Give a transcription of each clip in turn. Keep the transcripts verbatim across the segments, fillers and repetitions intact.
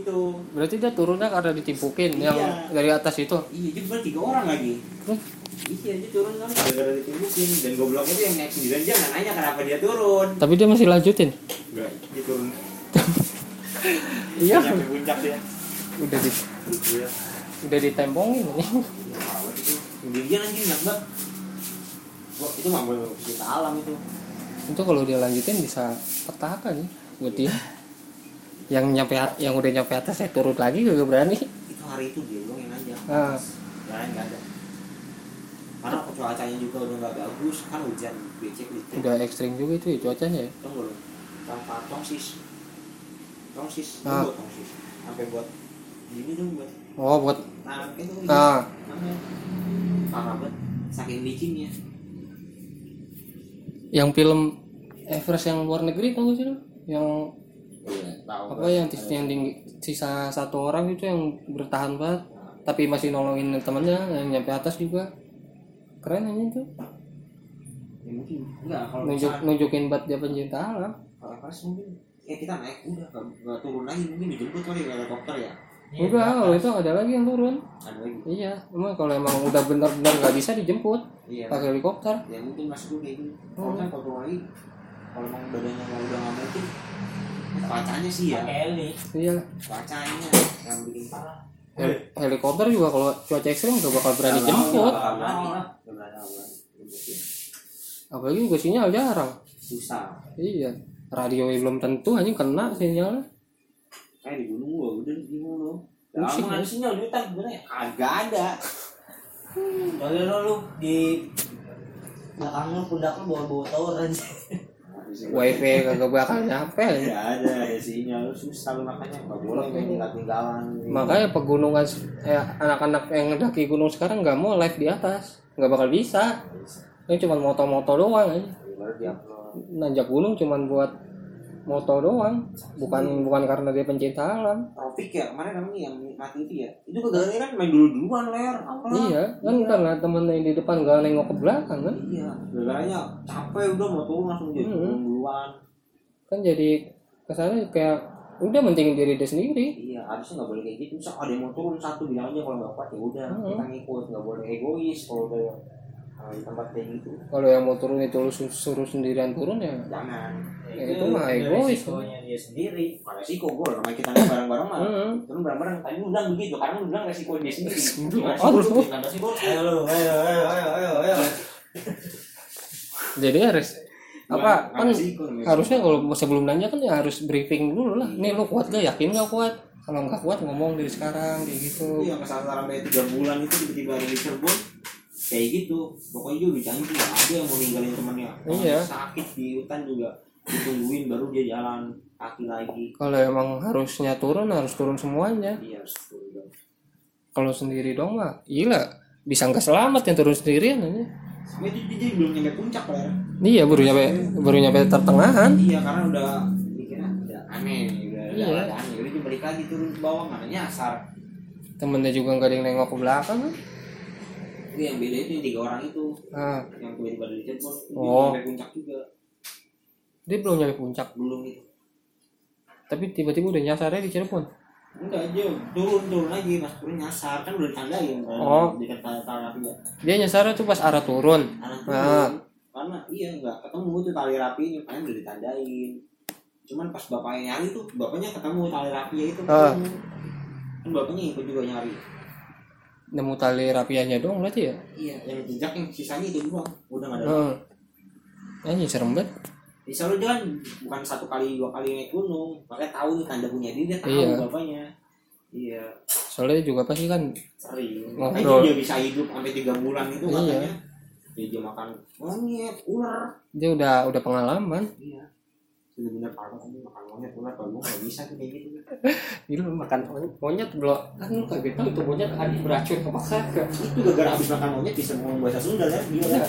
itu. Berarti dia turunnya karena ditimpukin Iya. yang dari atas itu. Iya, jadi berarti tiga orang lagi. Huh? Iya, dia turun kan gara-gara ditimpukin. Dan gobloknya itu yang naik sendirian, dia nggak nanya kenapa dia turun. Tapi dia masih lanjutin. Enggak, dia turun. Iya. Sampai puncak dia. Udah di Iya. udah ditempongin ini. Ya, awet itu. Sendirian anjing enak banget. Wah, itu mah boleh kita alam itu. Itu kalau dia lanjutin bisa petaka nih buat dia. Yang nyampe yang udah nyampe atas saya turun lagi gak berani. Itu hari itu dia doang yang nanya. Ah. Lain nggak ada. Karena cuacanya juga udah nggak bagus, kan hujan becek gitu. Udah ekstrim juga itu ya cuacanya ya. Tunggu loh. Tanpa tongsis. Tongsis, Ah. buat tongsis. Sampai buat ini tuh buat Oh buat tangan itu. ah. Namanya. Parah banget. Saking licinnya. Yang film Everest yang luar negeri tahu sih lo? Yang Iya, tahu. apa yang tis- yang di- sisa satu orang itu yang bertahan banget tapi masih nolongin temannya yang nyampe atas juga keren aja itu. Ya, mungkin enggak kalau Nunjuk misalkan- nunjukin buat dia pencinta alam. kalau Everest mungkin ya kita naik udah nggak nggak turun lagi, mungkin dijemput kali ya helikopter ya. Enggak, kalau itu ada lagi yang turun. Ada lagi. Iya, emang kalau emang udah benar-benar nggak bisa dijemput Iya. pakai helikopter. Ya mungkin masuk dulu kayak gitu. Kalau Hmm. kan kalau turun lagi, kalau emang badannya nggak udah nggak mungkin, cuacanya sih ya. Eli. Iya. Cuacanya yang bikin parah. Hel- helikopter juga kalau cuaca ekstrim nggak bakal berani Nggak jemput. mau, nggak bakal berani. Nggak berani, nggak berani. Jemputin. Apalagi juga sinyal jarang. Susah. Iya. Radio belum tentu hanya kena sinyal. Kayak di gunung gua udah di gunung. Pusing, Lama ada sinyal di hutan sebenarnya kagak ada. Lalu lo lu di belakang lu pundak lu bawa-bawa tower aja. Wifi kagak bakal nyampe. Nggak ada ya sinyal, susah lu makanya nggak boleh main tinggal-tinggalan. Makanya pegunungan eh, anak-anak yang ngedaki gunung sekarang nggak mau live di atas, nggak bakal bisa. Ini cuma moto-moto doang aja. Baru diupload. Nanjak gunung cuma buat moto doang, bukan bukan karena dia pencinta alam. Taufik ya kemarin namanya yang mati itu ya, itu gara-gara kan main dulu duluan ler. Apa? Iya, kan udah nggak temen yang di depan nggak nengok ke belakang kan? Iya, gara-garanya capek udah mau turun langsung jadi Hmm. turun duluan. Kan jadi kesannya kayak udah mentingin diri dia sendiri. Iya, harusnya nggak boleh kayak gitu. Misal ada yang mau turun satu bilang aja, kalau nggak kuat ya udah Hmm. kita ngikut, nggak boleh egois kalau udah uh, di tempat kayak gitu. Kalau yang mau turun itu lu su- suruh sendirian turun ya, Jangan. ya itu mah egois. Resikonya dia sendiri. Bukan resiko gue, namanya kita naik bareng-bareng mah. Hmm. Turun bareng-bareng. Tadi lu bilang begitu, karena lu bilang resiko dia sendiri. Gimana Oh, sih, lu. Bro? Gimana sih, Bro? Ayo lu, ayo, ayo, ayo, ayo, ayo. Jadi harus apa Nggak kan resiko, namanya. harusnya kalau sebelum nanya kan ya harus briefing dulu lah. Nih lu kuat gak, yakin gak kuat? Kalau nggak kuat ngomong dari sekarang kayak gitu. Itu yang kesalahan sampai tiga bulan itu tiba-tiba ada di Cirebon kayak gitu. Pokoknya dia udah janji nggak ada yang mau ninggalin temannya. Iya. Sakit di hutan juga ditungguin baru dia jalan kaki lagi. Kalau emang harusnya turun harus turun semuanya. Iya harus turun. Kalau sendiri dong mah gila, bisa nggak selamat yang turun sendirian aja. Sebenarnya dia, dia belum nyampe puncak lah. Iya baru nyampe baru nyampe pertengahan. Iya karena udah mikirnya udah aneh nih, udah Iya. udah aneh. Udah dia balik lagi turun ke bawah mana nyasar. Temennya juga nggak ada yang nengok ke belakang kan? Itu yang beda itu yang tiga orang itu Ah, yang tiba-tiba dari Cirebon itu dia Oh. nyampe puncak juga dia belum nyampe puncak, belum itu. tapi tiba-tiba udah nyasarnya di Cirebon. Enggak aja turun turun lagi pas turun nyasar kan udah ditandain kan Oh. dekat tali rapi ya Dia nyasarnya tuh pas arah turun. anak Ah. turun karena iya enggak ketemu tuh tali rapinya kan udah ditandain cuman pas bapaknya nyari tuh bapaknya ketemu tali rapinya itu Ah. ketemu. Kan bapaknya ikut juga nyari Nemu tali rapiannya dong berarti ya. iya yang jejak yang sisanya itu doang udah nggak ada Heeh. Anjing serem banget. bisa lu jangan bukan satu kali dua kali naik gunung makanya tahu nih tanda punya dia dia tahu Iya. bapaknya iya Soalnya juga pasti kan sering Ngobrol. makanya dia bisa hidup sampai tiga bulan itu Iya. katanya dia, dia makan monyet ular dia udah udah pengalaman. iya bener-bener parah kamu makan monyet ular kalau gue nggak bisa tuh kayak gitu Gila makan monyet belum kan lu kaget tahu itu monyet ada beracun apa kagak. itu gara-gara habis makan monyet bisa ngomong bahasa Sunda kan gila Iya. kan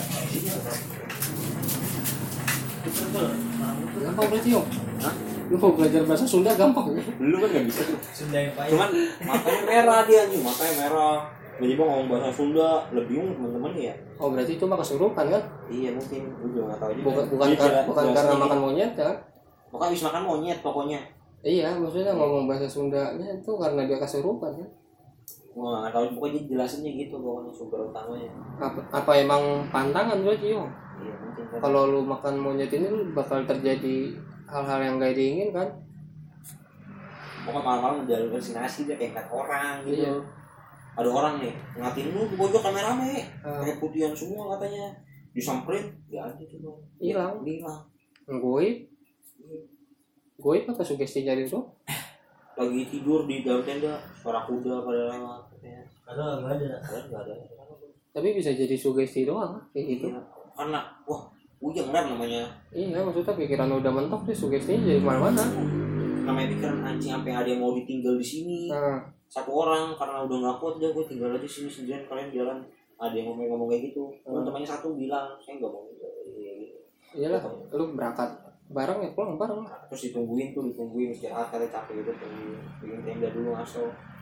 Gampang berarti Om. Hah? Lu mau belajar bahasa Sunda gampang ya? lu kan nggak bisa tuh Sunda yang pahit. cuman matanya merah dia nih matanya merah tiba-tiba ngomong bahasa Sunda lebih bingung teman-teman ya Oh berarti itu mah kesurupan kan? iya mungkin gue juga nggak tahu juga Bukan bukan, Dia kar- jelas- bukan jelas karena kayak makan gitu. monyet kan? pokoknya habis makan monyet pokoknya Iya, maksudnya ngomong bahasa Sundanya itu karena dia kesurupan kan. Wah, nggak tahu pokoknya jelasinnya gitu pokoknya sumber utamanya. Apa, apa emang pantangan berarti yo? Iya mungkin kan. Kalau lu makan monyet ini lu bakal terjadi hal-hal yang gak diinginkan. Pokoknya malam-malam udah halusinasi dia kayak ngeliat orang gitu. Iya. Ada orang nih ngatin lu di pojok rame-rame, Ah. kayak putihan semua katanya. Disamperin, ya ada tuh bang. Hilang. Hilang. Goib, goib apa sugesti jadi tuh? Lagi tidur di dalam tenda, suara kuda pada lewat. Katanya. Padahal nggak ada. Padahal nggak ada. Tapi bisa jadi sugesti doang kayak gitu. Iya. Karena wah, ujang kan namanya. Iya, maksudnya pikiran udah mentok tuh sugestinya jadi kemana-mana. Namanya pikiran anjing sampai ada yang mau ditinggal di sini. Nah, Satu orang karena udah nggak kuat dia gue tinggal aja sini sendirian kalian jalan. Ada yang ngomong ngomong kayak gitu. Hmm. Temannya satu bilang saya nggak mau tinggal kayak gitu. iyalah, lu berangkat bareng ya pulang bareng. Terus ditungguin tuh ditungguin istirahat kali capek gitu tungguin bikin tenda dulu ngaso.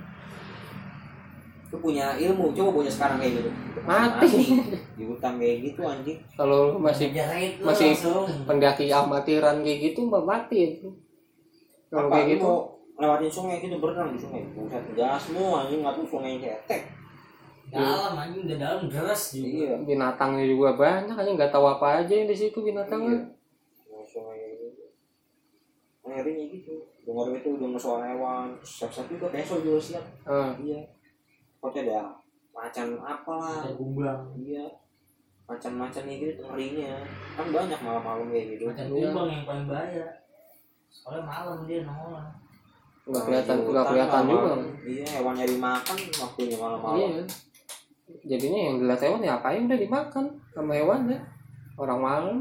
Lu punya ilmu coba punya sekarang kayak gitu. Mati. Di hutan kayak gitu anjing. Kalau lu masih Jahit lu masih langsung. pendaki amatiran kayak gitu mah mati itu. Kalau Apa, kayak lu gitu mau lewatin sungai gitu berenang di sungai buset gas semua anjing nggak tuh sungai cetek. Dalam anjing udah dalam deras juga. Iya. binatangnya juga banyak aja nggak tahu apa aja yang di situ binatangnya. Iya. Sungai gitu. Ngerinya gitu. Dengar itu udah soal hewan, siap-siap juga besok juga siap. Ah, Iya. Pokoknya ada macan apalah. Kayak gumbang. Iya. Macan-macannya gitu ngerinya. Kan banyak malam-malam kayak gitu. Macan Iya. gumbang yang paling bahaya. Soalnya malam dia nongol. nggak kelihatan Di nggak hutan kelihatan malam. juga. Iya, hewan nyari makan waktunya malam-malam. Iya. Jadinya yang dilihat hewan ya apa yang udah dimakan sama hewan ya. Orang malam.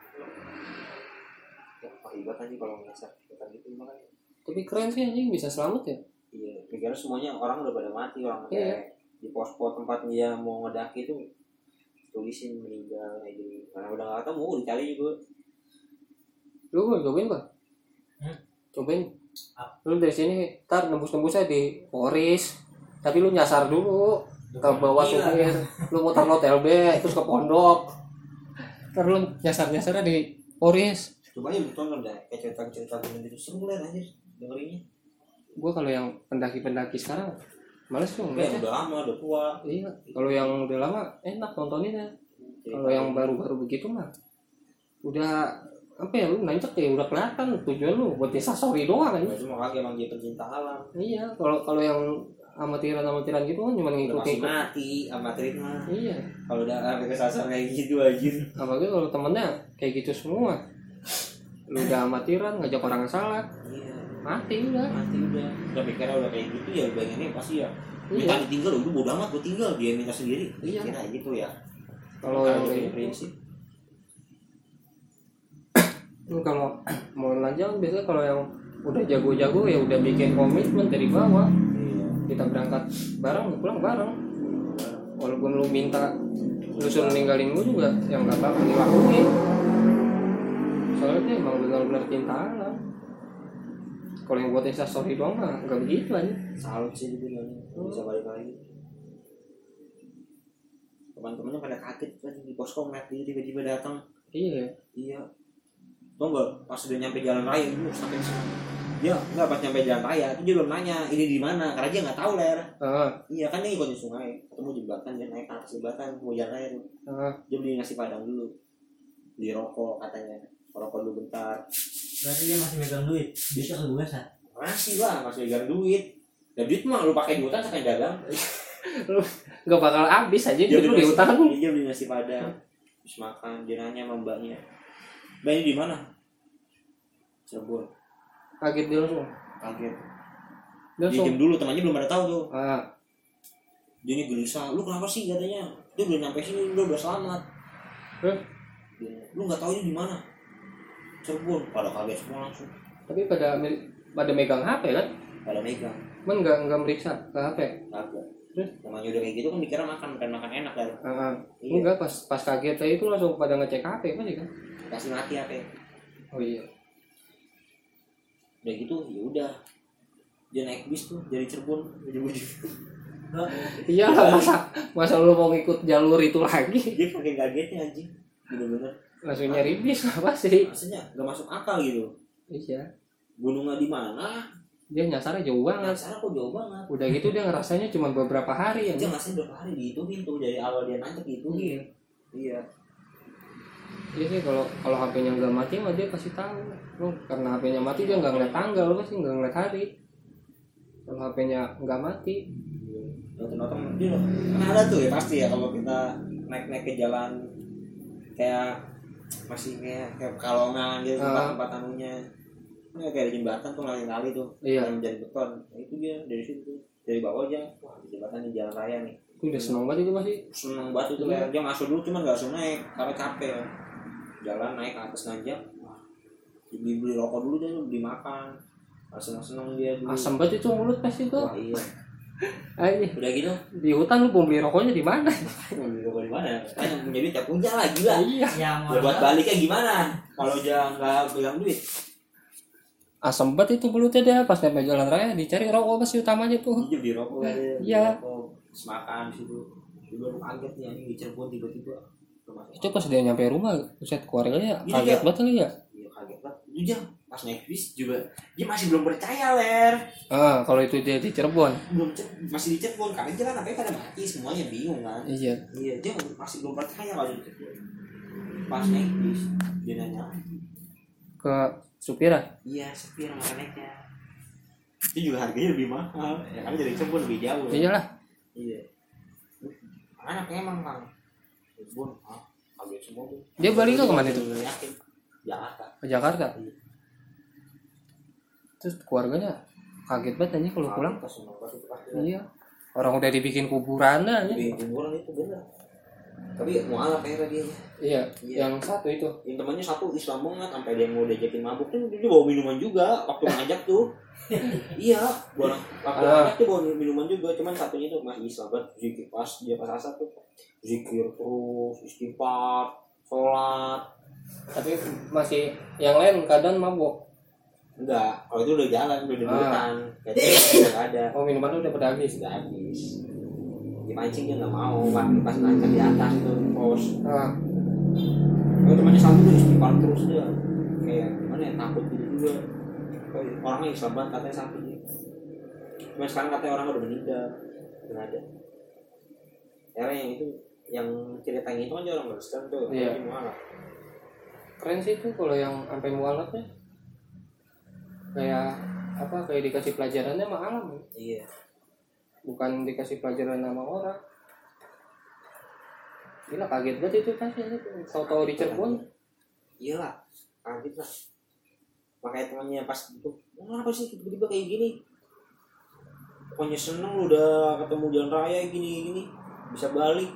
Ya, ribet aja kalau ngeser kita gitu makanya. Tapi keren sih anjing bisa selamat ya. Iya, pikirnya semuanya orang udah pada mati orang Iya. kayak di pos-pos tempat dia mau ngedaki itu tulisin meninggal kayak gini. Karena udah nggak ketemu, dicari juga. Lu gua cobain Pak. Hmm? Cobain. Apa? Lu dari sini ntar nembus-nembusnya di Poris. Tapi lu nyasar dulu ke bawah Gila. supir. Lu muter Hotel B terus ke Pondok. Ntar lu nyasar-nyasarnya di Poris. Coba aja ditonton deh, kayak cerita-cerita gitu seru lah anjir dengerinnya. Gua kalau yang pendaki-pendaki sekarang males tuh Kayak ngeliatnya. udah lama, udah tua. Iya, kalau yang udah lama enak nontoninnya. Kalau yang baru-baru begitu mah udah apa ya lu nancep ya udah kelihatan tujuan lu buat instastory doang kan. Nah, cuma kaki emang dia pencinta alam. Iya, kalau kalau yang amatiran-amatiran gitu kan cuma Udah ngikutin. pasti mati amatir mah. Iya, Kalau udah sampai kesasar kayak gitu anjir. apalagi kalau temennya kayak gitu semua. Lu udah amatiran ngajak orang salah, Iya, mati udah. mati udah. Udah pikirnya udah kayak gitu ya udah ini pasti ya. Minta Iya. ditinggal udah bodo amat gua tinggal dia minta sendiri. Iya. Kira gitu ya. Kalau yang Ada kayak gitu, prinsip. lu kalau mau lanjut biasanya kalau yang udah jago-jago ya udah bikin komitmen dari bawah. Iya. Kita berangkat bareng, pulang bareng. Walaupun lu minta lu suruh ninggalin gue juga yang gak bakal dilakuin. Soalnya dia emang benar-benar cinta alam. Kalau yang buat instastory doang mah gak begitu aja. Salut sih gitu kan. Bisa balik lagi. Teman-temannya pada kaget kan di posko ngeliat dia tiba-tiba datang. Iya. Iya. Tau nggak pas udah nyampe jalan raya itu sampai dia nggak pas nyampe jalan raya itu dia belum nanya ini di mana karena dia nggak tahu ler. Ah, Iya kan dia ngikutin sungai ketemu jembatan dia naik ke atas jembatan mau jalan raya tuh ah. dia beli nasi padang dulu beli rokok katanya rokok dulu bentar Berarti dia masih megang duit. Bisa ke gue sah. masih lah masih megang duit dan duit mah lu pakai di hutan sekali dagang Gak bakal habis aja dia dia beli di nasi- hutan. dia beli nasi padang terus makan dia nanya sama mbaknya mbaknya di mana Cirebon Kaget dia langsung. kaget Dia dia langsung. diem dulu temannya belum pada tahu tuh Ah, dia ini gelisah lu kenapa sih katanya dia belum nyampe sini lu udah selamat eh, dia, lu nggak tahu ini di mana Cirebon pada kaget semua langsung tapi pada pada megang H P kan? pada megang Man nggak nggak meriksa ke H P. kagak Terus? namanya udah kayak gitu kan dikira makan bukan makan enak kan Ah, ah. iya Enggak pas pas kaget saya itu langsung pada ngecek H P pasti kan? kasih mati apa ya Oh iya. udah gitu ya udah dia naik bis tuh dari Cirebon ujung-ujung Iya lah, masa masa lu mau ngikut jalur itu lagi dia kaget kagetnya anjing bener-bener langsung nyari bis apa sih? maksudnya gak masuk akal gitu Iya. gunungnya di mana, dia nyasarnya jauh banget. nyasarnya kok jauh banget. Udah gitu dia ngerasanya cuma beberapa hari ya. Dia ngasih berapa hari dihitungin tuh dari awal dia nanti dihitungin. Iya. Iya sih kalau kalau H P-nya nggak mati mah dia pasti tahu. Oh, karena H P-nya mati dia nggak ngeliat tanggal pasti nggak ngeliat hari. Kalau H P-nya nggak mati, nonton-nonton dia kan ada tuh ya pasti ya kalau kita naik-naik ke jalan kayak masih kayak kayak pekalongan gitu Ah. tempat-tempat anunya. Ya, kayak di jembatan tuh kali-kali tuh Iya. yang jadi beton. Nah, itu dia dari situ dari bawah aja. Wah, di jembatan di jalan raya nih. itu udah seneng banget itu pasti. Seneng banget itu Iya. Ler. Dia ngasuh dulu cuman nggak langsung naik karena capek ya. Jalan naik ke atas nanjak. Wah, beli beli rokok dulu dia tuh beli makan. Seneng-seneng dia dulu. Asam banget itu mulut pasti tuh. Wah, iya. Ayo Udah gitu di hutan lu mau beli rokoknya di mana? mau beli rokok di mana? Kan yang punya duit ya punya lah gila. Iya. Ya, Ya, buat baliknya gimana? Kalau dia nggak pegang duit, Asam banget itu mulutnya dia pas nyampe jalan raya dicari rokok pasti utamanya tuh. dia beli rokok aja. Iya. Terus makan di situ. Dia baru kaget nih anjing di Cirebon tiba-tiba. Itu pas dia nyampe rumah, buset keluarganya Iya, kaget iya. banget kali ya. Iya kaget banget. Itu dia pas naik bis juga dia masih belum percaya Ler. Ah, kalau itu dia di Cirebon. Belum ce- masih di Cirebon karena jalan apa pada mati semuanya bingung kan. Iya. Iya dia masih belum percaya kalau di Cirebon. Pas naik bis dia nanya, Ke supirnya. iya sepi sama naiknya. Itu juga harganya lebih mahal. Ya kan dari Cirebon lebih jauh. Iyalah. Iya. Anaknya emang Kang. Cirebon, ah, kaget semua tuh. Dia balik ke kemana itu? Yakin. Jakarta. Ke Jakarta. Iya. Terus keluarganya kaget banget aja kalau pulang. Pas seneng banget itu pasti. Iya. Orang udah dibikin kuburan aja. Di kuburan itu bener. Tapi mualaf ya dia. Iya. Iya. Yang satu itu. Yang temannya satu Islam banget sampai dia mau diajakin mabuk tuh dia bawa minuman juga waktu ngajak tuh. Iya, bawa waktu Ah. ngajak tuh bawa minuman juga, cuman satunya tuh masih Islam banget. Zikir pas dia pas asar tuh zikir terus, istighfar, sholat. Tapi masih yang lain kadang mabuk. Enggak, kalau itu udah jalan, udah di Ah. hutan. Kayak itu udah nggak ada, Oh, minuman udah pada habis. udah habis. Dipancing dia nggak mau, pas pas naik di atas itu pos. Ah, Kalau temannya satu tuh istighfar terus dia, kayak gimana ya takut gitu juga. Orangnya Islam banget katanya satu dia. Cuma sekarang katanya orang udah meninggal, nggak ada. Ya yang itu, yang ceritanya itu aja orang Kristen tuh, Iya. yang mualaf. keren sih itu kalau yang sampai mualafnya. Kayak apa? Kayak dikasih pelajarannya sama alam. Iya. Bukan dikasih pelajaran sama orang. Gila kaget banget itu pasti itu. Tahu-tahu di Cirebon. Iya lah, kaget lah. Makanya temannya pas itu, kenapa sih tiba-tiba kayak gini? Pokoknya seneng lu udah ketemu jalan raya gini-gini, bisa balik.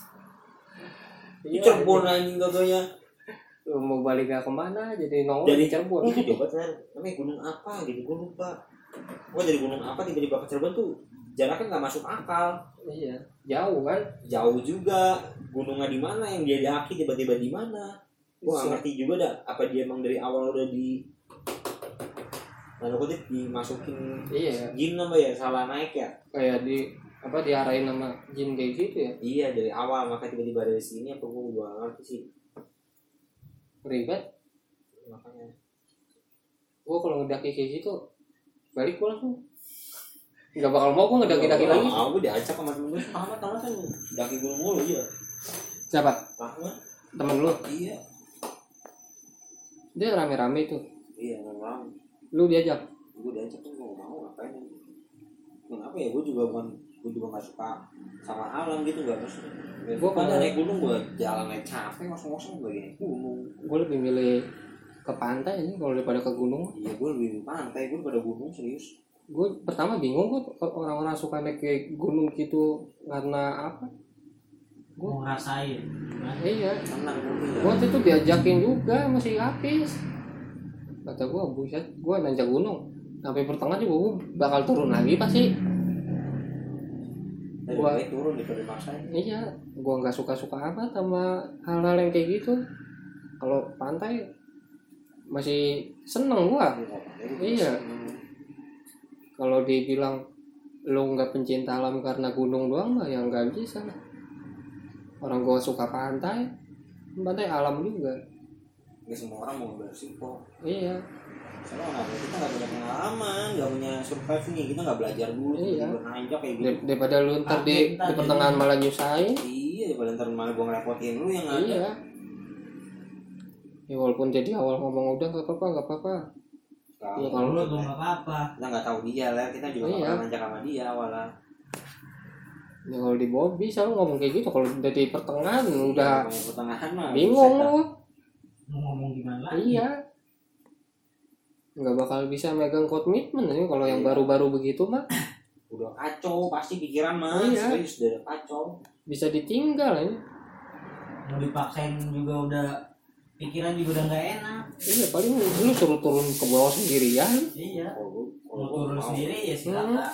Di Cirebon anjing katanya. Lu mau balik ke kemana? Jadi nongol Jadi di Cirebon. itu coba kan, namanya gunung apa gitu, gue lupa. Gue dari gunung apa tiba-tiba ke Cirebon tuh jaraknya nggak masuk akal. Iya, jauh kan? Jauh juga, gunungnya di mana yang dia daki tiba-tiba di mana? Gue nggak ngerti juga dah. Apa dia emang dari awal udah di lalu kutip dimasukin Iya, jin apa ya, salah naik ya? kayak di apa diarahin sama jin kayak gitu ya. Iya dari awal, maka tiba-tiba dari sini apa gue gue ngerti sih. Ribet. Makanya Gua kalau ngedaki kayak gitu balik pulang tuh nggak bakal mau gua ngedaki-daki lagi. Ah, gue diajak sama temen gue. Ahmad, Ahmad kan daki gunung mulu ya. Siapa? Ahmad, Temen lu? iya. Dia rame-rame tuh. Iya, memang. Lu diajak? Gue diajak tuh gue mau ngapain? Kenapa ya? Gue juga bukan, gue juga nggak suka sama alam gitu, nggak terus. Gua Gue kan kalau- naik gunung gue jalan naik capek, ngosong-ngosong gue naik gunung. Gue lebih milih ke pantai aja kalau daripada ke gunung. Iya, gue lebih pantai, gue pada gunung serius. Gue pertama bingung kok orang-orang suka naik ke gunung gitu karena apa? Mau ngerasain kan? Iya. Tenang gue. Gue waktu itu diajakin juga masih habis. Kata gue, buset, gue nanjak gunung. Sampai pertengahan juga gue bakal turun lagi pasti. Dari Gua- naik turun di maksain. Iya, gue nggak suka-suka apa sama hal-hal yang kayak gitu. Kalau pantai masih seneng gue. Iya. Kalau dibilang lu nggak pencinta alam karena gunung doang mah ya nggak bisa lah. Orang gue suka pantai, pantai alam juga. nggak semua orang mau beresiko. Iya. Soalnya nggak kita nggak punya pengalaman, nggak punya survive nih, kita nggak belajar dulu, Iya. bernanjak kayak gitu. Dar- daripada lu ntar di, Kaget ntar di pertengahan malah nyusahin. Iya, daripada ntar malah gua ngerepotin lu yang ada. Iya. Ya walaupun jadi awal ngomong udah nggak apa-apa nggak apa-apa. Kalau Iya, kalau Lu lu tuh nggak apa-apa. kita nggak tahu dia lah, kita juga nggak Iya. pernah ngajak sama dia awalnya. ya kalau di bawah bisa lu ngomong kayak gitu, kalau udah di pertengahan udah Namanya pertengahan mah bingung buset dah. lu. Mau ngomong gimana lagi? Iya. Nggak bakal bisa megang komitmen ini kalau yang Iya. baru-baru begitu mah Udah kacau pasti pikiran mah, Iya. serius udah kacau. bisa ditinggal ini. Mau dipaksain juga udah pikiran juga udah nggak enak. Iya paling lu suruh turun ke bawah sendirian. Iya. Kalau gua- kalau Mau gua turun mau. sendiri ya silakan.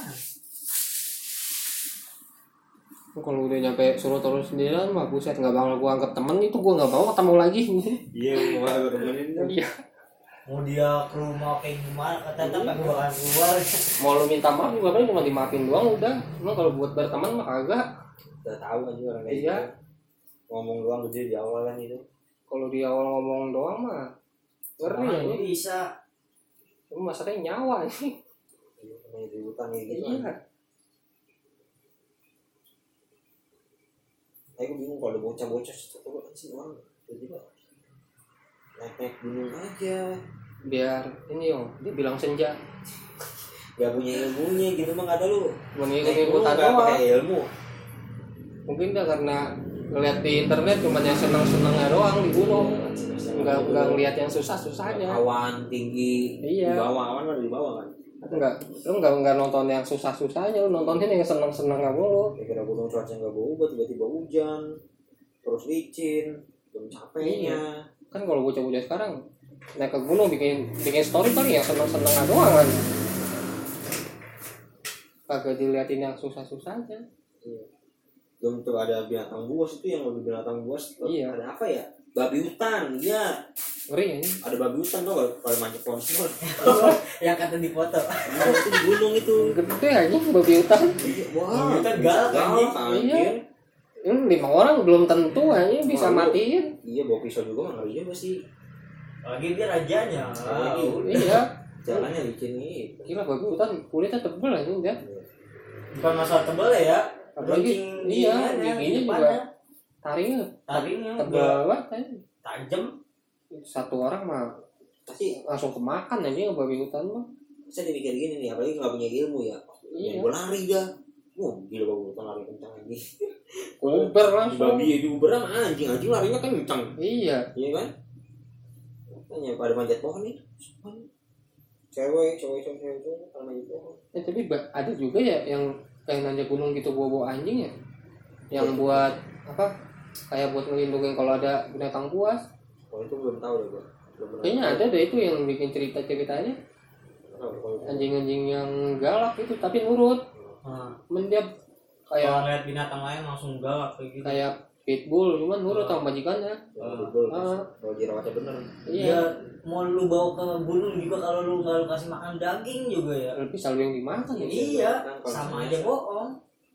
Kalau udah nyampe suruh turun sendirian mah buset nggak bakal gua anggap temen, itu gua nggak mau ketemu lagi. Iya, gua mau temenin. Iya. Mau dia ke rumah kayak gimana katanya tapi gue bakal keluar. Mau lu minta maaf juga paling cuma dimaafin doang udah. Emang kalau buat berteman mah kagak. Udah tahu kan juga orang kayak Iya. gitu. Ngomong doang gede di awal kan itu. Kalau di awal ngomong doang mah ngeri ya Mana ini. bisa. Cuma masalahnya nyawa nih. Iya, namanya di hutan kayak gitu. Iya. Kan. Aku bingung kalau ada bocah-bocah satu kan sih orang tiba-tiba naik-naik gunung aja, Biar ini yo, dia bilang senja. gak punya ilmunya gitu mah nggak ada lu. Cuma Naik ngikut-ngikutan gunung nggak doang. pakai ilmu. Mungkin dia karena ngeliat di internet cuma yang seneng-senengnya doang di gunung. Enggak enggak ngeliat yang susah-susahnya. Awan tinggi, Iya. di bawah awan ada di bawah kan. Enggak, lu enggak enggak nonton yang susah-susahnya, lu nontonin yang seneng-senengnya mulu. Kira-kira gunung cuaca nggak berubah, tiba-tiba hujan, terus licin, belum capeknya. Kan kalau bocah-bocah sekarang naik ke gunung bikin bikin story paling yang seneng-senengnya doang kan. Kagak diliatin yang susah-susahnya. Iya. Belum tuh ada binatang buas itu yang lebih binatang buas. Iya. Ada apa ya? Babi hutan, iya. Ngeri ya ini. Ada babi hutan tuh kalau kalau manjat pohon semua. Yang kata di foto. Nah, itu di gunung itu. Gede aja babi hutan. Iya, wah. Babi hutan galak, anjing. anjing. Iya. Ini lima orang belum tentu aja bisa Wah, lu- matiin. Iya, bawa pisau juga mah ngeri juga sih. Lagi dia rajanya. Lagi. Ah, Iya. Jalannya licin nih. Gila babi hutan kulitnya tebel aja udah. bukan masalah tebel ya. Apalagi Runcing iya, giginya, giginya juga depannya. taringnya Taringnya tebel udah banget aja. tajam. Satu orang mah Pasti langsung kemakan aja babi hutan mah. saya dipikir gini nih, apalagi nggak punya ilmu ya. Iya. Gue lari dah. Wah, gila babi hutan lari kencang anjing. Uber Di langsung. babi ya di Uber sama anjing, anjing larinya kencang. Iya. Iya kan? Makanya pada manjat pohon nih. Cewek, cewek, cewek, cewek, cewek, pada manjat pohon. Eh, tapi ba- ada juga ya yang kayak nanjak gunung gitu bawa-bawa anjing ya. Yang buat apa? Kayak buat ngelindungin kalau ada binatang buas. Kalau itu belum tahu deh gua. Belum pernah Kayaknya tahu. ada deh itu yang bikin cerita-ceritanya. Nggak tahu deh kalau itu. Anjing-anjing yang galak itu tapi nurut. Nah, Mendiam kalau kayak ngeliat binatang lain langsung galak kayak gitu. kayak pitbull cuman nurut sama majikannya. Kalau betul, Ah. kalau dirawatnya bener. Iya. Iya, mau lu bawa ke gunung juga kalau lu nggak lu kasih makan daging juga ya. Lebih selalu yang dimakan ya. Iya, kan kalau sama misalnya aja sa- bohong.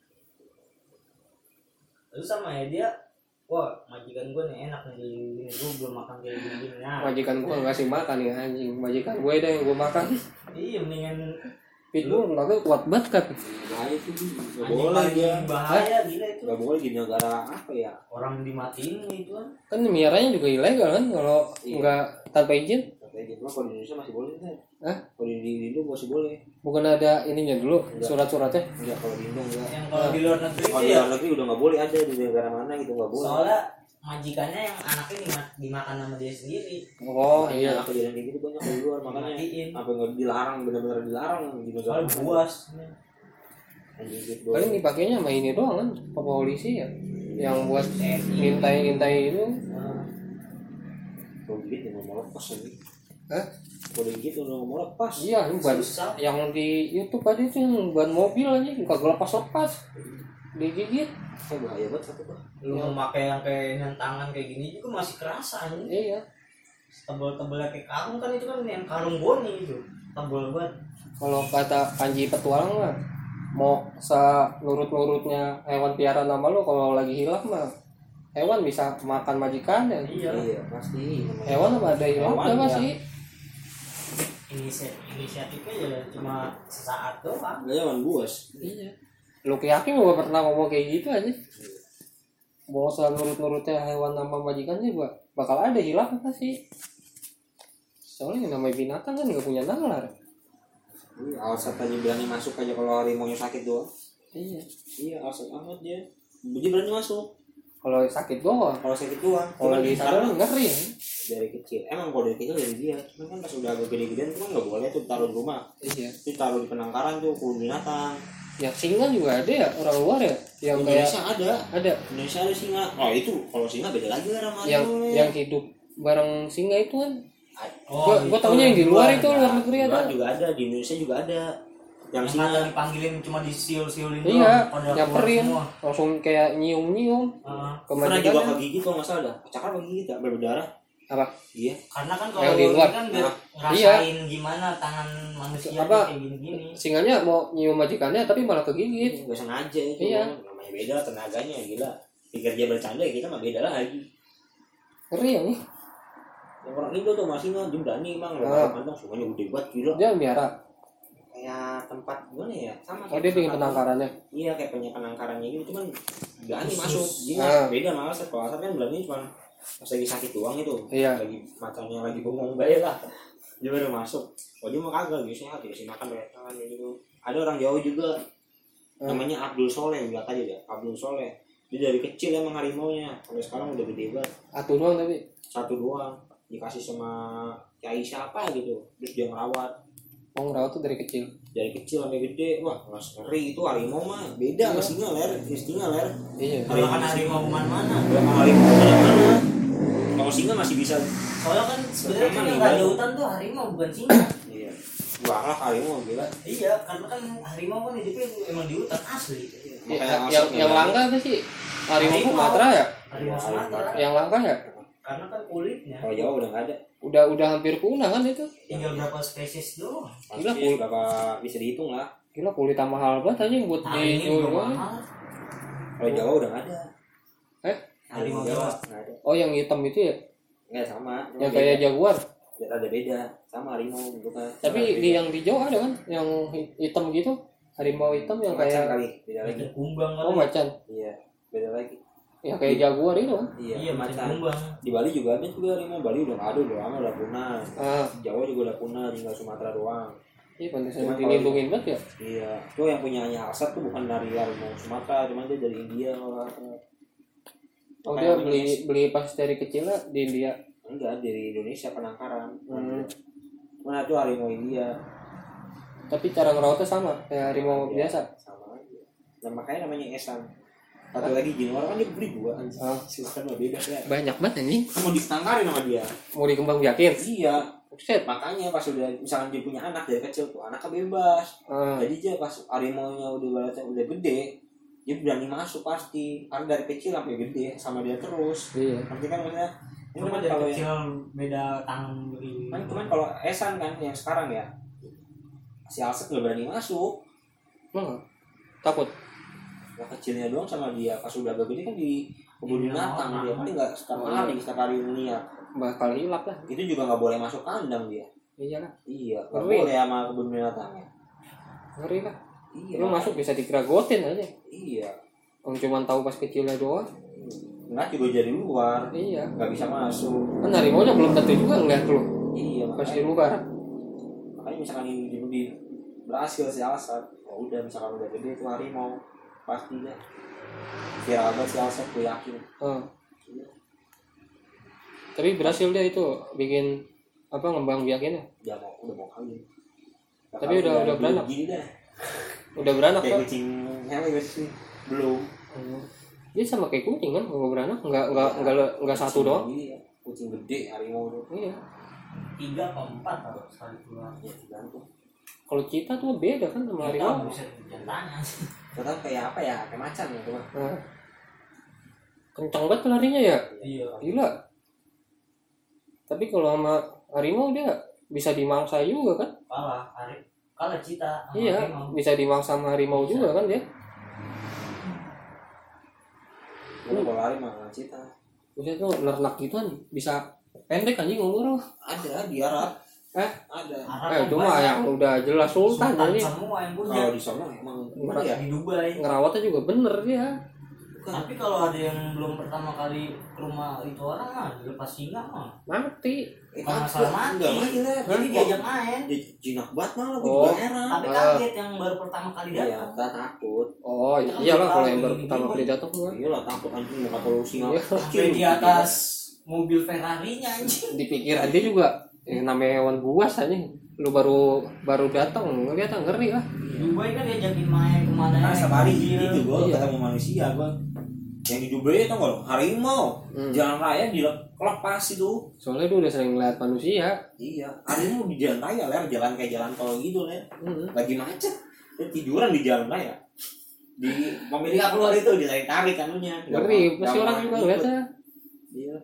Lu sama ya dia, wah majikan gue nih enak nih gini gini, gue belum makan kayak gini gini. Nah, Majikan gua ngasih makan ya anjing. Majikan gue deh yang gua makan. iya mendingan Pitbull tapi kuat banget kan. Bahaya tuh, nggak anjing boleh paling dia. bahaya gila itu. Nggak boleh di negara apa ya? Orang dimatiin itu kan. Kan miaranya juga ilegal kan kalau Iya. nggak tanpa izin. Kayak gitu. Kalau di Indonesia masih boleh kan? Hah? Kalau di di Indo masih boleh. Bukan ada ininya dulu Enggak. surat-suratnya. Enggak, kalau di Indo enggak. Yang kalau di luar negeri Kalau itu di ya. luar negeri udah nggak boleh ada di negara mana gitu nggak boleh. Soalnya majikannya yang anaknya dima- dimakan sama dia sendiri. Oh Makanya iya. kejadian kayak gitu banyak di luar makanya Dimatiin. apa nggak dilarang benar-benar dilarang di negara Soalnya mana. buas. Anjing gitu. Paling dipakainya sama ini doang kan, apa polisi ya. Yang buat T N I. ngintai-ngintai itu. Nah, Kalau gitu nggak mau lepas lagi. Hah? Kalau gitu nggak mau lepas. Iya, ini ban Susah. yang di YouTube aja tuh yang ban mobil aja kagak lepas-lepas. Digigit. Oh, bahaya banget satu tuh. lu mau pakai yang kayak yang tangan kayak gini juga masih kerasa anjing. Iya. Tebel-tebelnya kayak karung kan itu kan yang karung boni itu. Tebel banget. Kalau kata Panji Petualang mah mau senurut-nurutnya hewan piaraan sama lo kalau lagi hilaf mah hewan bisa makan majikannya. Iya. Iya pasti. Hewan apa ada hilang Hewan, apa ya. sih? Inisiatif inisiatifnya ya cuma sesaat doang. Enggak hewan buas. Iya. Lu yakin lu gak pernah ngomong kayak gitu aja? Mau selalu nurut-nurutnya hewan sama majikannya gua bakal ada hilang apa sih? Soalnya yang namanya binatang kan gak punya nalar. Iya, Alsat aja berani masuk aja kalau harimau nya sakit doang. Iya. Iya, Alsat amat dia. Dia berani masuk. Kalau sakit doang. Kalau sakit doang. Kalau Cuman lagi karena sadar ngeri. dari kecil. Emang kalau dari kecil dari dia. Cuman kan pas udah agak gede-gedean itu kan nggak boleh tuh taruh di rumah. Iya. Itu taruh di penangkaran tuh kebun binatang. Ya singa juga ada ya orang luar ya yang Indonesia kayak ada. ada Indonesia ada singa. Oh itu kalau singa beda lagi lah sama yang harimau ya. yang hidup bareng singa itu kan. Oh, gua gua itu taunya yang di luar itu ada. luar negeri Luar ada. juga ada, di Indonesia juga ada. Yang Yang singa. kata dipanggilin cuma disiul-siulin Iya, pada nyamperin keluar semua. langsung kayak nyium-nyium Heeh. ke Pernah juga majikannya. kegigit kalau nggak salah dah. Cakar kegigit ya berdarah. Apa? Iya. Karena kan Yang kalau di luar. kan biar Nah, ngerasain gimana tangan manusia Apa? kayak gini-gini. Singanya mau nyium majikannya tapi malah kegigit. Nggak sengaja itu. Iya. Namanya beda tenaganya gila. Pikir dia bercanda ya kita mah beda lagi. Ngeri ya nih. Yang orang Indo tuh masih nggak dia berani emang Ah. lewat kantong semuanya gede banget gila. Dia miara. Kayak tempat gimana ya sama. Oh dia bikin penangkarannya. Iya kayak punya penangkarannya gitu cuman berani Khusus. masuk. Gila Ah. beda malah kalau Asar kan berani cuma pas lagi sakit doang itu. Iya. Lagi matanya lagi bengong baik lah. Dia baru masuk. Oh dia mau kagak gitu sehat dikasih makan banyak tangan gitu. Ada orang Jawa juga Ah. namanya Abdul Soleh lihat aja deh Abdul Soleh. Dia dari kecil emang harimaunya sampai sekarang udah gede banget. Atuh doang tapi. Satu doang dikasih sama Kiai siapa gitu terus dia ngerawat Oh ngerawat tuh dari kecil. dari kecil sampai gede. Wah mas ngeri itu harimau mah beda sama singa ler singa ler Iya. Kalau kan harimau mana-mana. kalau harimau mana kalau singa masih bisa. Soalnya kan sebenarnya kan Emang yang iya. raja hutan tuh harimau bukan singa. Iya galak harimau gila. Iya, karena kan harimau kan hidupnya emang di hutan asli. Ya, Makanya yang asapnya yang dari- langka apa sih? Harimau Harimau. Sumatera ya? Harimau Iya, Sumatera. Yang langka ya? Karena kan kulitnya kalau Jawa udah nggak ada. Udah udah hampir punah kan itu. tinggal berapa spesies doang. Gila, Pasti pul- berapa bisa dihitung lah. Gila kulit mahal banget aja yang buat Nah, ini dijual. juga mahal. Kalau Jawa udah nggak ada. Eh? Harimau Jawa Jawa. nggak ada. Oh yang hitam itu ya? Nggak sama. Yang kayak jaguar. Ya ada beda sama harimau gitu kan. Tapi di yang di Jawa ada kan? Yang hi- hitam gitu? Harimau hitam yang Macan kayak kali beda lagi. Macan kumbang kali. oh macan. Iya beda lagi. Yang kayak jaguar itu kan? Iya, Iya, macan macan. kumbang. Di Bali juga ada juga harimau. Bali udah nggak ada udah lama udah punah. Ah, Jawa juga udah punah tinggal Sumatera doang. iya pantesan Cuman dilindungin banget ya. Iya, itu yang punyanya Alsat tuh bukan dari harimau Sumatera, cuman dia dari India kalau nggak salah. Oh Makanya dia namanya- beli beli pas dari kecil lah di India. enggak dari Indonesia penangkaran. Hmm. Mana tuh harimau India Tapi cara ngerawatnya sama kayak harimau Iya, biasa. sama aja. Dan makanya namanya Esan. Satu lagi Jinwar kan dia beli dua anjing. Ah. Silahkan mah beda ya. Banyak banget anjing. Mau ditangkarin sama dia. Mau dikembang biakin. Iya. Set. Makanya pas udah misalkan dia punya anak dari kecil tuh anaknya bebas. Ah, Jadi dia pas harimau-nya udah ibaratnya udah gede, dia berani masuk pasti. Karena dari kecil sampai gede sama dia terus. iya. Nanti kan maksudnya ini Cuma kan dari kalau kecil beda tangan beri. kan cuman kalau Esan kan yang sekarang ya si Alsat nggak berani masuk. Emang takut. Yang kecilnya doang sama dia pas udah agak gede kan di kebun Iya, binatang orang. dia paling nggak setiap Oh, hari setiap hari ngeliat Bakal hilap lah. itu juga nggak boleh masuk kandang dia. Iya lah. Iya nggak Ngeri. boleh sama kebun binatangnya. Ngeri lah. Iya Lu masuk bisa dikeragotin aja. iya Om cuman tahu pas kecilnya doang. nggak juga jadi luar Iya. nggak bisa masuk. Kan harimau nya belum tentu juga ngeliat lu Iya pas di makanya, luar. makanya misalkan ini di, di berhasil si Alsat ya udah misalkan udah gede itu harimau pasti ya viral banget si Alsat gue yakin. Ah. Tapi berhasil dia itu bikin apa ngembang biakinnya. Dia mau udah mau kawin. Tapi udah- udah beranak? Gini dah. Udah beranak Kayak kan? kucing hewe sih belum. Hmm. Dia sama kayak kucing kan kalau beranak nggak nggak nggak nggak satu Kucing doang. gini ya, kucing gede harimau tuh. Iya. Tiga atau empat kalau sekali keluar. Ya tergantung. Kalau cita tuh beda kan sama harimau. Bisa jantannya. Tetap kayak apa ya? Kayak macan ya cuma. Nah. Kencang banget larinya ya. Iya. Gila. Tapi kalau sama harimau dia bisa dimangsa juga kan? Kalah hari kalah cita. sama Iya, harimau. bisa dimangsa sama harimau Bisa. juga kan dia. Kalau lari mah cita. Maksudnya tuh nernak gitu kan bisa pendek anjing umur. Ada di Arab. Eh, Ada. eh cuma yang udah jelas sultan, Sultan jadi semua yang punya. Kalau di sana emang gimana ya? Di Dubai. ngerawatnya juga bener dia. Tapi kalau ada yang belum pertama kali ke rumah itu orang mah dilepas singa mah. Mati. Eh, Bukan masalah mati. Enggak mati lah. Jadi diajak main. Dia jinak banget malah gue Oh. juga heran. Tapi Ah. kaget yang baru pertama kali Iya, datang. kita takut. Oh, Kita kan iyalah belum kalau tahu yang baru ini pertama gimana. kali datang gua Iya lah takut anjing muka kalau singa. Iya. Sampai di atas mobil Ferrari-nya anjing. dipikiran dia juga yang namanya hewan buas aja. Lu baru baru datang ngeliat ngeri lah. Di Dubai kan diajakin main kemana Nah, safari mobil. itu gue Iya. ketemu manusia gue. Yang di Dubai itu nggak harimau. Hmm. Jalan raya dilepas itu. Soalnya dia udah sering ngeliat manusia. Iya, harimau di jalan raya ler, jalan kayak jalan tol gitu ler. Hmm. Lagi macet, dia tiduran di jalan raya. Di pemilik keluar itu ditarik tarik kanunya. Ngeri, pasti orang juga ngeliatnya. Iya.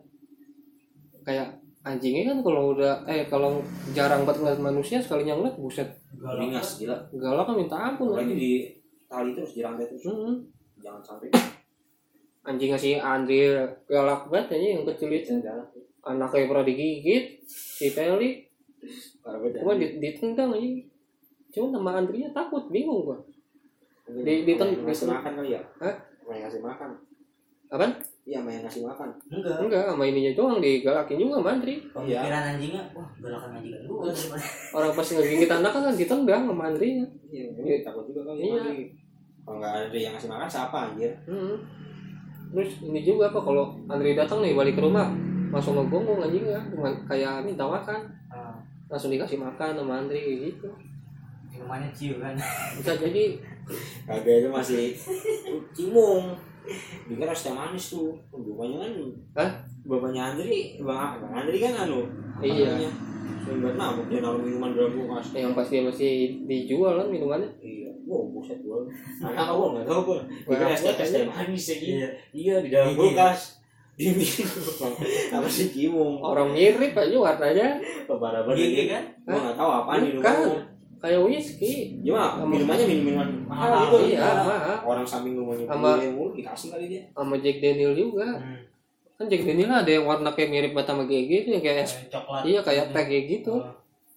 Kayak anjingnya kan kalau udah eh kalau jarang banget ngeliat manusia sekalinya ngeliat buset Ringas gila. galak kan minta ampun Lagi lagi. di tali terus dirantai terus. Hmm. Jangan sampai Anjingnya si Andre galak banget aja yang kecil itu. jalan. Anaknya pernah digigit si Feli, Parah banget. cuma di- ditendang aja. Cuma sama Andrinya takut, bingung gua. Di- di ten- ngasih makan kali ya? Hah? Sama yang ngasih makan. Apaan? Iya, sama yang ngasih makan. Enggak. Enggak, sama ininya doang digalakin juga sama Andri. Pemikiran anjingnya, wah galakan anjingan dulu daripada. Orang pas ngegigit anak kan ditendang sama Andrinya. Iya, ini takut juga kali. Iya. Iya. Kalau nggak ada yang ngasih makan siapa anjir? Hmm. Terus ini juga apa kalau Andri datang nih balik ke rumah langsung ngegonggong anjingnya kayak minta makan, Ah, langsung dikasih makan sama Andri kayak gitu. minumannya ciu kan. Bisa jadi Kagak itu masih cimung. Dikira es teh manis tuh. Bapaknya kan. Hah? Bapaknya Andri, Bang, Bang Andri kan anu. Iya. Sering banget nabok dia naruh minuman dalam kulkas. yang pas dia masih dijual kan minumannya. Iya, wow buset gua. Anak gua nggak tahu gua. Dikira Banyak es teh es teh banget, manis ya gitu. Iya. Iya di dalam Iya. kulkas. Diminum. Apa sih cimung? Orang mirip aja warnanya Parah banget. Gigi ini. kan? Gua nggak tahu apaan Bukan. minuman. kayak whisky. Gimana? Minumannya minuman mahal Mahal, gitu. Iya, mahal. Orang samping rumahnya Sama- dia mulu dikasih kali dia. Sama Jack Daniel juga. Hmm. Kan Jack Daniel ada yang warna kayak mirip banget sama G G itu yang kayak es. Kayak coklat. Iya kayak teh kayak gitu. Oh.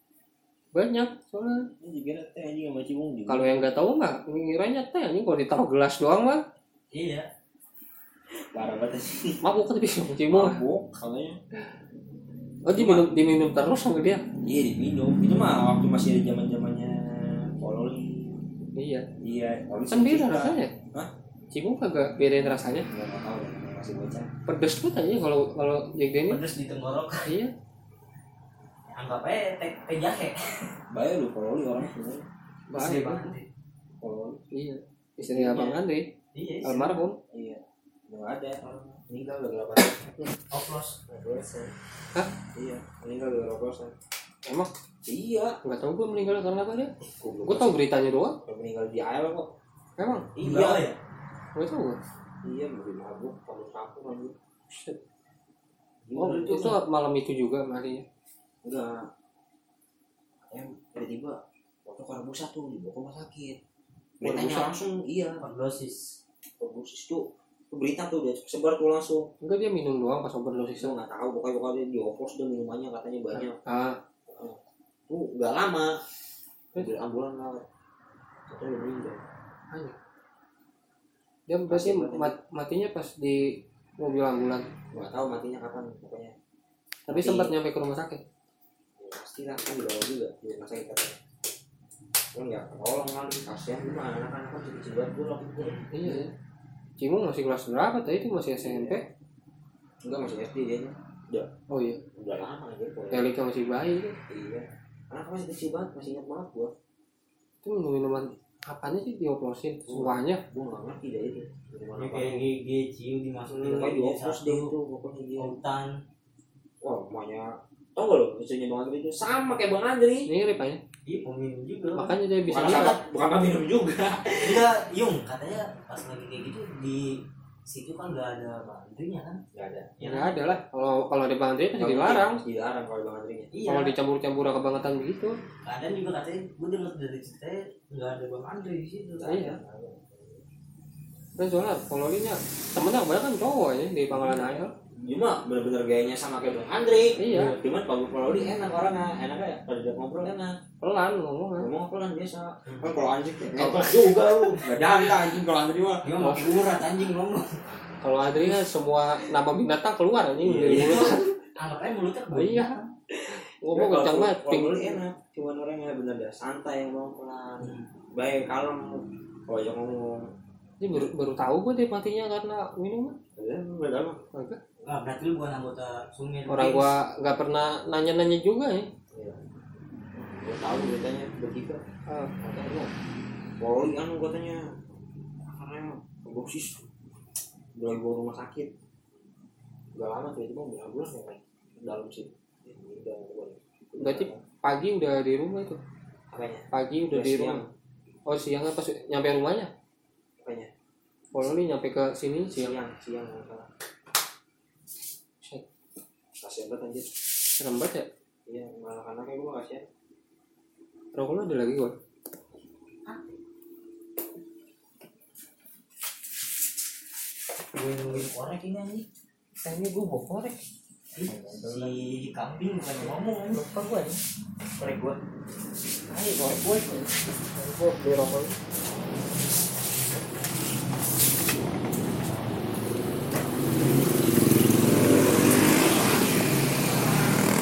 Banyak soalnya. Ini juga teh anjing sama cimung juga. Kalau yang nggak tahu mah ngiranya teh anjing kalau ditaruh gelas doang mah Iya. parah banget sih. mabuk kan bisa cimung. Mabuk katanya. Oh diminum diminum terus sama dia. Iya diminum. Itu mah waktu masih ada zaman-zamannya koloni. Iya. Iya, koloni. Kan beda rasanya. Hah? Cimung kagak bedain rasanya. Enggak enggak tahu deh, masih bocah. Pedes banget aja kalau kalau Jack Daniel. Pedes di tenggorokan. Iya. Anggap aja teh teh jahe. Bayar lu koloni orang semua. Istri Baik. banget. Koloni. Iya. Istri abang Andre, Iya. istri. almarhum. Iya. Enggak ada orang meninggal udah berapa tahun? Oplos. Hah? Iya, meninggal udah berapa tahun? Emang Iya. nggak tahu gue meninggal karena apa dia? Goblok. Gue tahu beritanya doang. Udah meninggal di air kok. Emang Iya ya. nggak tahu gue. Iya, mobil mabuk, kabur-kabur aja. Shit. Gimana Oh itu? itu malam itu juga marinya. Enggak. Em, tiba-tiba waktu korbusa tuh dibawa ke rumah sakit. Beritanya Korbusa? langsung iya. Overdosis. Korbusis tuh tuh berita tuh dia sebar tuh langsung. Enggak dia minum doang pas overdosis. Saya nggak tahu pokoknya pokoknya dia dioplos dia minumannya katanya banyak. Ah, Tuh nggak lama. Mobil ambulan lah. Itu udah meninggal. aneh. Dia berarti mat- matinya pas di mobil ambulan. Nggak tahu matinya kapan pokoknya. Tapi Mati. sempat nyampe ke rumah sakit. Ya, pasti lah kan dibawa juga di rumah sakit katanya. Kan nggak tolong kali kasihan cuma anak-anak kan kecil banget gue waktu itu. Iya ya. Cimung masih kelas berapa tadi itu masih S M P? Enggak masih S D dia nya. Udah Oh iya. udah lama aja pokoknya. Elika masih bayi kan. Iya. Anak masih kecil banget masih ingat banget gua. Itu minum minuman apanya sih dioplosin semuanya? Gua nggak ngerti dah itu. Minuman Ini apa? kayak gigi ciu dimasukin Pokoknya ke dioplos deh satu itu pokoknya dia. hutan. Wah namanya. Tau gak lo istrinya Bang Andri itu sama kayak Bang Andri. Mirip aja. Iya peminum juga. Makanya dia bisa Bukan lihat. sama, bukan kami minum juga. Enggak, Yung katanya pas lagi kayak gitu di situ kan nggak ada bantunya kan? Nggak ada. Ya Nggak ada lah. Kalau kalau ada Bang Andre pasti dilarang. Dilarang kalau Bang Andrinya. Iya. Kalau dicampur-campur kebangetan begitu. Kadang juga katanya gue dengar dari ceritanya nggak ada Bang Andre di situ. Nggak Iya. ada. Kan soalnya Pololinya temennya kebanyakan cowok ya di Pangkalan Air. Cuma bener-bener gayanya sama kayak Bang Andre. Iya. Cuman kalau Pololi enak orangnya, enaknya kalau dia ngobrol enak. Pelan ngomongnya. Ngomong pelan biasa. Kan kalau anjing ngepas juga lu. Enggak jangka anjing kalau Andre mah. Dia mau urat anjing ngomong. Kalau Adri kan semua nama binatang keluar anjing dari Iya. mulut. Anggap aja mulutnya Oh, iya. Ngomong Kalau kencang banget. Kalau Pololi enak, cuman orangnya bener dah santai ngomong pelan. Baik kalem. Kalau yang ngomong Ini baru baru tahu gue dia matinya karena minuman. ya beda mah. Agak. Ah, berarti lu bukan anggota Sumir. Orang gua nggak pernah nanya-nanya juga ya. Iya. Gua tahu beritanya begitu. Ah, Katanya Pololi anu katanya karena boksis udah bawa rumah sakit udah lama tuh itu mau berapa bulan ya dalam sih udah berarti pagi udah di rumah itu. apanya Pagi udah Ya, di siang. rumah. Oh siang pas nyampe rumahnya. apanya Pololi nyampe ke sini siang. siang siang nggak salah kasian banget anjir Serem banget ya. iya malah karena kayak gue kasian Rokok lu ada lagi gua. Gue nungguin korek ini anjing. Kayaknya gua mau korek. Ih, si kambing bukan ngomong anjing. Lupa gua ya. Korek gue. Ayo korek gua. Gua beli rokok.